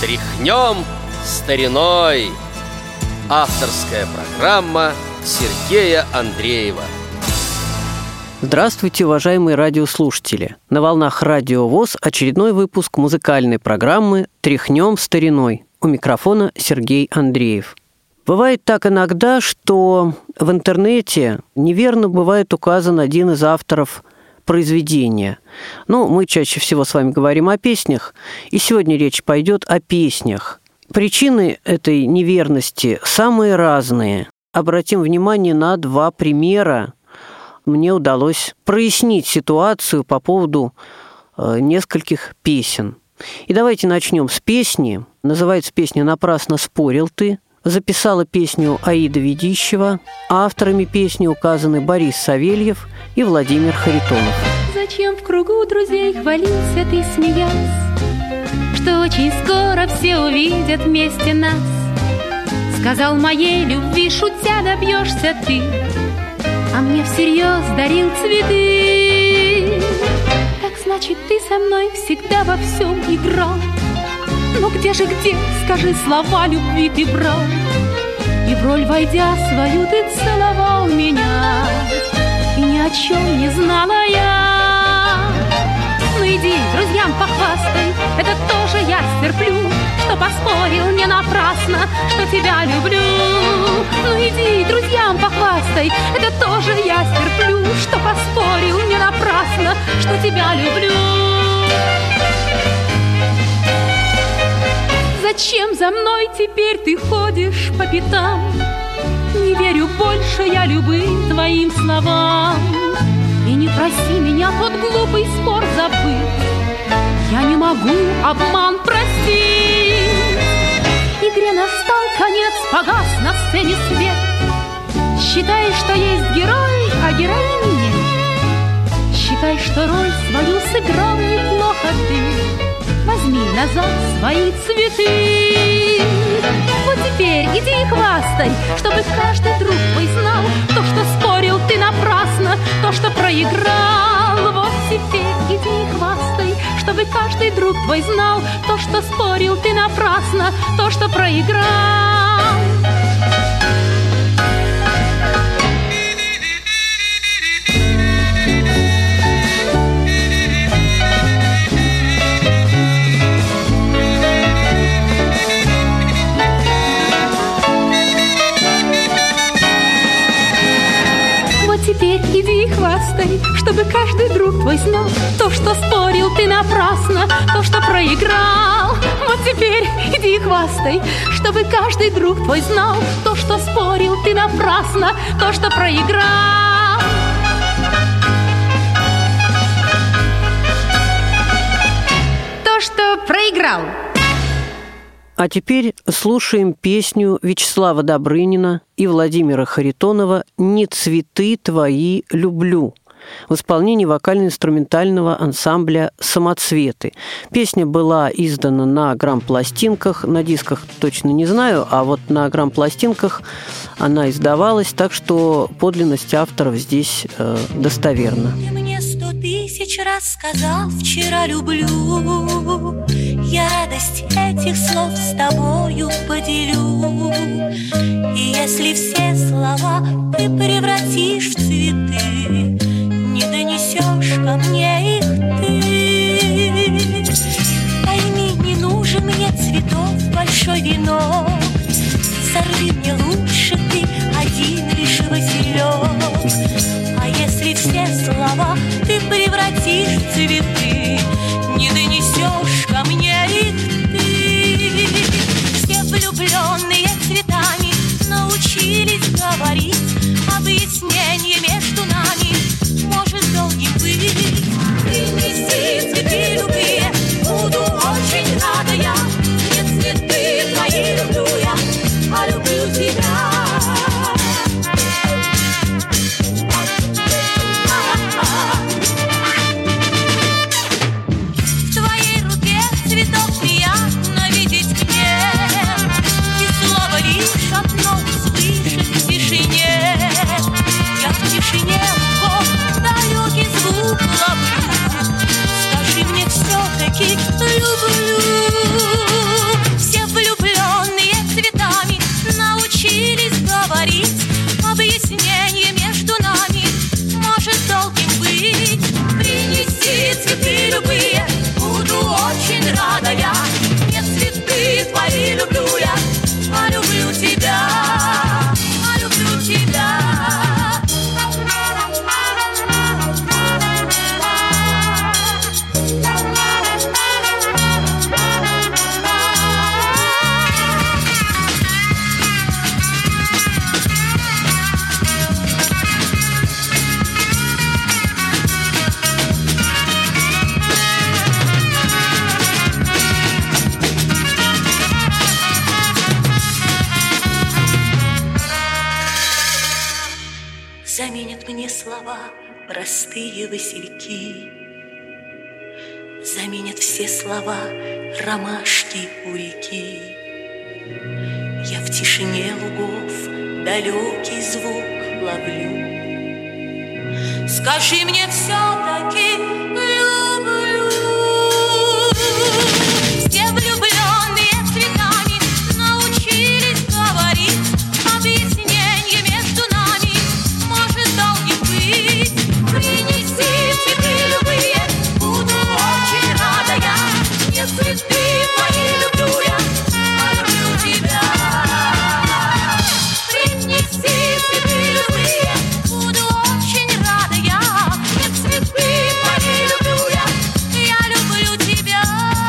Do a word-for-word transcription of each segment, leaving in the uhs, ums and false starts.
Тряхнем стариной. Авторская программа Сергея Андреева. Здравствуйте, уважаемые радиослушатели! На волнах Радио ВОС очередной выпуск музыкальной программы «Тряхнем стариной». У микрофона Сергей Андреев. Бывает так иногда, что в интернете неверно бывает указан один из авторов произведения. Ну, мы чаще всего с вами говорим о песнях, и сегодня речь пойдет о песнях. Причины этой неверности самые разные. Обратим внимание на два примера. Мне удалось прояснить ситуацию по поводу э, нескольких песен. И давайте начнем с песни. Называется песня «Напрасно спорил ты». Записала песню Аида Ведищева. Авторами песни указаны Борис Савельев и Владимир Харитонов. Зачем в кругу друзей хвалился ты, смеясь, что очень скоро все увидят вместе нас? Сказал, моей любви шутя добьешься ты, а мне всерьез дарил цветы. Так значит, ты со мной всегда во всем играл. Но где же, где, скажи, слова любви ты брал? И в роль войдя свою ты целовал меня, и ни о чем не знала я. Ну иди, друзьям похвастай, это тоже я стерплю, что поспорил не напрасно, что тебя люблю. Ну иди, друзьям похвастай, это тоже я стерплю, что поспорил не напрасно, что тебя люблю. Зачем за мной теперь ты ходишь по пятам? Не верю больше я любым твоим словам. И не проси меня тот глупый спор забыть, я не могу обман простить. Игре настал конец, погас на сцене свет. Считай, что есть герой, а героини нет. Считай, что роль свою сыграл неплохо ты. Возьми назад свои цветы. Вот теперь иди и хвастай, чтобы каждый друг твой знал то, что спорил ты напрасно, то, что проиграл. Вот теперь иди и хвастай, чтобы каждый друг твой знал то, что спорил ты напрасно, то, что проиграл. Теперь иди и хвастай, чтобы каждый друг твой знал то, что спорил ты напрасно, то, что проиграл. Вот теперь иди и хвастай, чтобы каждый друг твой знал то, что спорил ты напрасно, то, что проиграл. То, что проиграл. А теперь слушаем песню Вячеслава Добрынина и Владимира Харитонова «Не цветы твои люблю» в исполнении вокально-инструментального ансамбля «Самоцветы». Песня была издана на грамм-пластинках, на дисках точно не знаю, а вот на грамм-пластинках она издавалась, так что подлинность авторов здесь э, достоверна. Ты мне сто тысяч раз сказал вчера люблю, я радость этих слов с тобою поделю. И если все слова ты превратишь в цветы, не донесешь ко мне их ты. Пойми, не нужен мне цветов большой венок, сорви мне лучше ты один лишь василек. А если все слова ты превратишь в цветы, не донесешь ко мне их ты. Все влюбленные цветами научились говорить, объяснение между нами может долгим быть. Принеси цветы любые, буду очень рада я. Не цветы твои люблю я, а люблю тебя. густые васильки заменят все слова ромашки у реки. Я в тишине лугов далекий звук ловлю. Скажи мне все-таки люблю. Все влюбленные цветами научились говорить. Объяснение между нами может долгим быть. Принеси цветы любые, буду очень рада я. Не цветы мои люблю я, а люблю тебя. Принеси цветы любые, буду очень рада я. Не цветы мои люблю я, я люблю тебя.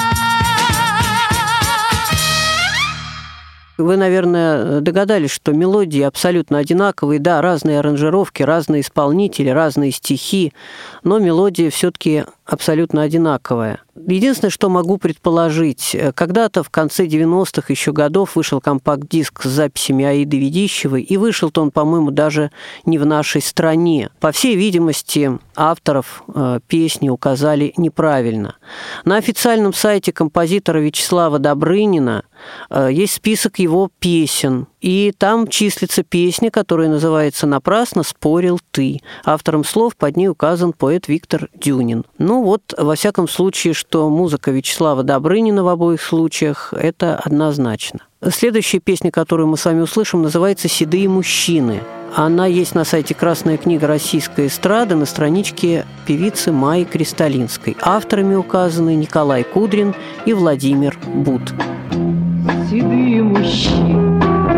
Вы, наверное, догадались, что мелодии абсолютно одинаковые. Да, разные аранжировки, разные исполнители, разные стихи, но мелодия все-таки абсолютно одинаковая. Единственное, что могу предположить, когда-то в конце девяностых еще годов вышел компакт-диск с записями Аиды Ведищевой, и вышел-то он, по-моему, даже не в нашей стране. По всей видимости, авторов э, песни указали неправильно. На официальном сайте композитора Вячеслава Добрынина э, есть список его песен, и там числится песня, которая называется «Напрасно спорил ты». Автором слов под ней указан поэт Виктор Дюнин. Ну вот, во всяком случае, что музыка Вячеслава Добрынина в обоих случаях, это однозначно. Следующая песня, которую мы с вами услышим, называется «Седые мужчины». Она есть на сайте «Красная книга российской эстрады» на страничке певицы Майи Кристалинской. Авторами указаны Николай Кудрин и Владимир Бут. Седые мужчины,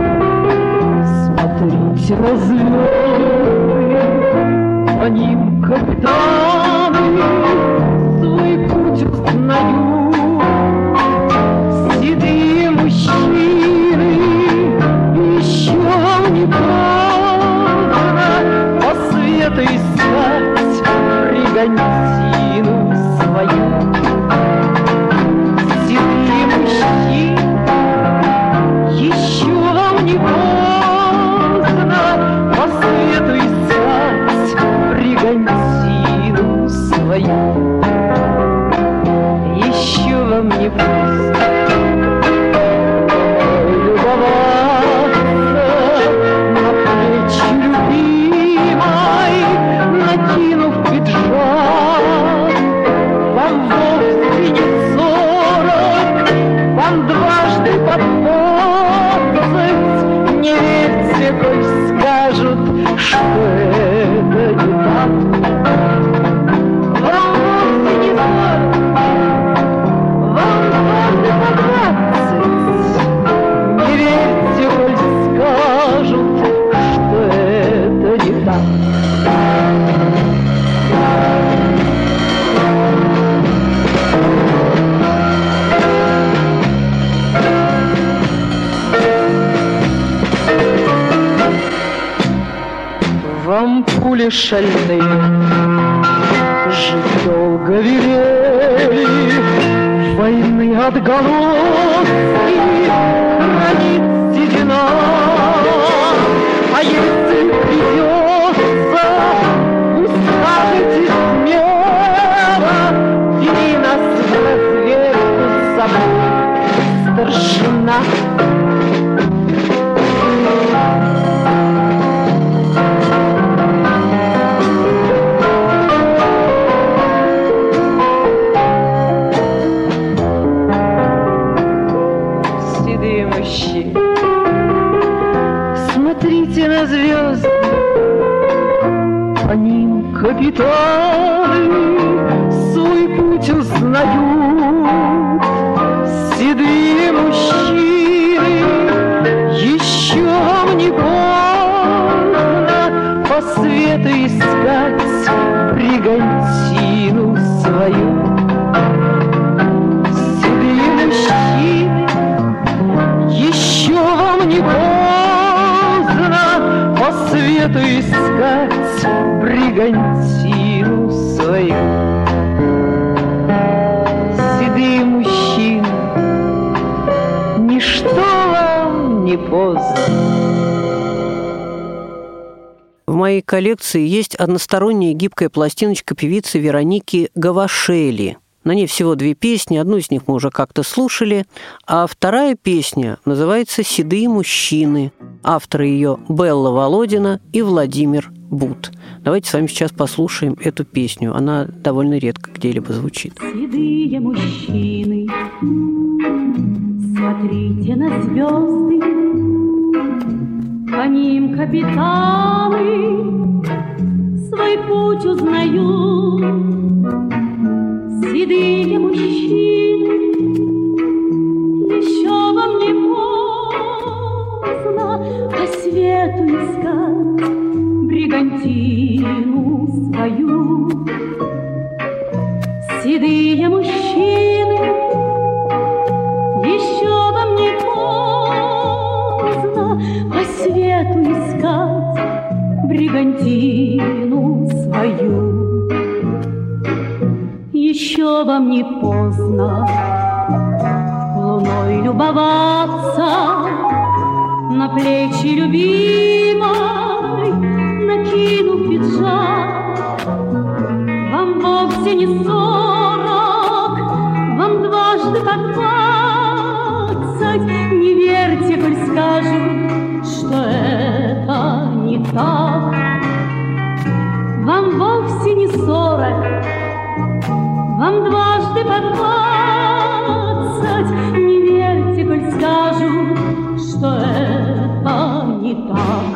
смотрите на звезды, по ним капитаны свой путь узнают. Седые мужчины, еще не поздно по свету искать бригантину свою. Седые мужчины, еще вам не поздно по свету искать бригантину свою. Еще вам не поздно любоваться на плечи любимой, накинув пиджак. Вам вовсе не сорок, вам дважды под двадцать. Не верьте, коль скажут, что это не так. Вам вовсе не сорок, вам дважды под двадцать. Не верьте, коль скажут, что это не так. Вам пули шальные жить долго велели, войны отголоски хранит седина. А если придется, пусть скажете смело, вели нас в разведку с собой, старшина. Смотрите на звезды, по ним капитаны свой путь узнают. Седые мужчины, еще вам не поздно по свету искать бригантину свою. Седые мужчины, еще вам не поздно по свету искать бригантину свою. Седые мужчины, ничто вам не поздно. В моей моей коллекции есть односторонняя гибкая пластиночка певицы Вероники Гавашели. На ней всего две песни, одну из них мы уже как-то слушали, а вторая песня называется «Седые мужчины». Авторы ее Белла Володина и Владимир Бут. Давайте с вами сейчас послушаем эту песню. Она довольно редко где-либо звучит. Седые мужчины, смотрите на звезды, по ним капитаны свой путь узнают. Седые мужчины, еще вам не поздно по свету искать бригантину свою. Седые мужчины, еще вам не поздно по свету искать бригантину свою. Еще вам не поздно луной любоваться, на плечи любимой накинув пиджак. Вам вовсе не сорок, вам дважды по двадцать. Не верьте, коль скажут, что это не так. Вам вовсе не сорок, вам дважды по двадцать. Не верьте, коль скажут, что это не так.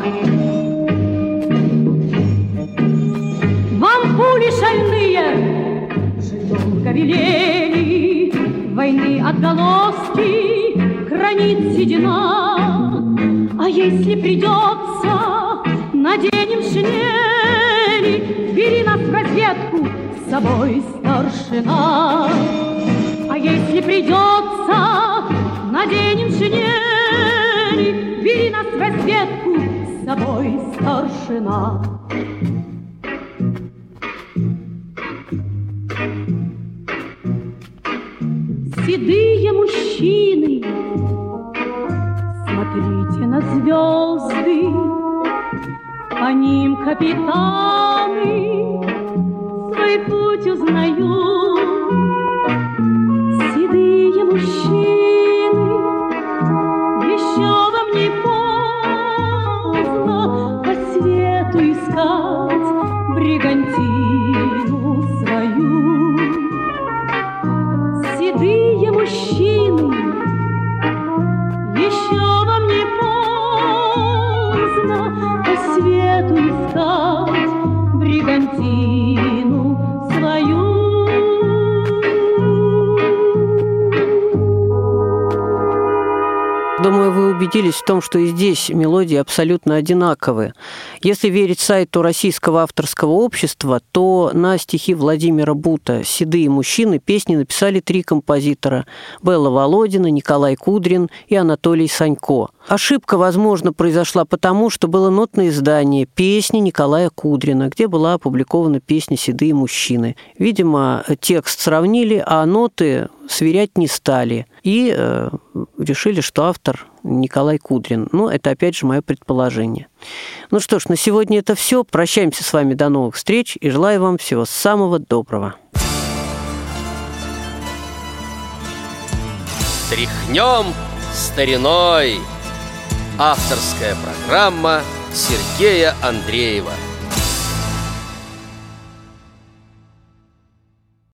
Вам пули шальные же долго велели, войны отголоски хранит седина. А если придется, наденем шинели, бери нас в разведку с собой, старшина. А если придется, наденем шинели, бери нас в разведку с собой, старшина. Седые мужчины, смотрите на звезды, по ним капитаны свой путь узнают. Седые мужчины, еще вам не поздно по свету искать бригантину свою. Седые мужчины, еще вам не поздно по свету искать бригантину свою. Думаю, вы убедились в том, что и здесь мелодии абсолютно одинаковые. Если верить сайту Российского авторского общества, то на стихи Владимира Бута «Седые мужчины» песни написали три композитора – Белла Володина, Николай Кудрин и Анатолий Санько. Ошибка, возможно, произошла потому, что было нотное издание песни Николая Кудрина, где была опубликована песня «Седые мужчины». Видимо, текст сравнили, а ноты сверять не стали. И э, решили, что автор Николай Кудрин. Ну, это, опять же, мое предположение. Ну что ж, на сегодня это все. Прощаемся с вами до новых встреч и желаю вам всего самого доброго. Тряхнем стариной. Авторская программа Сергея Андреева.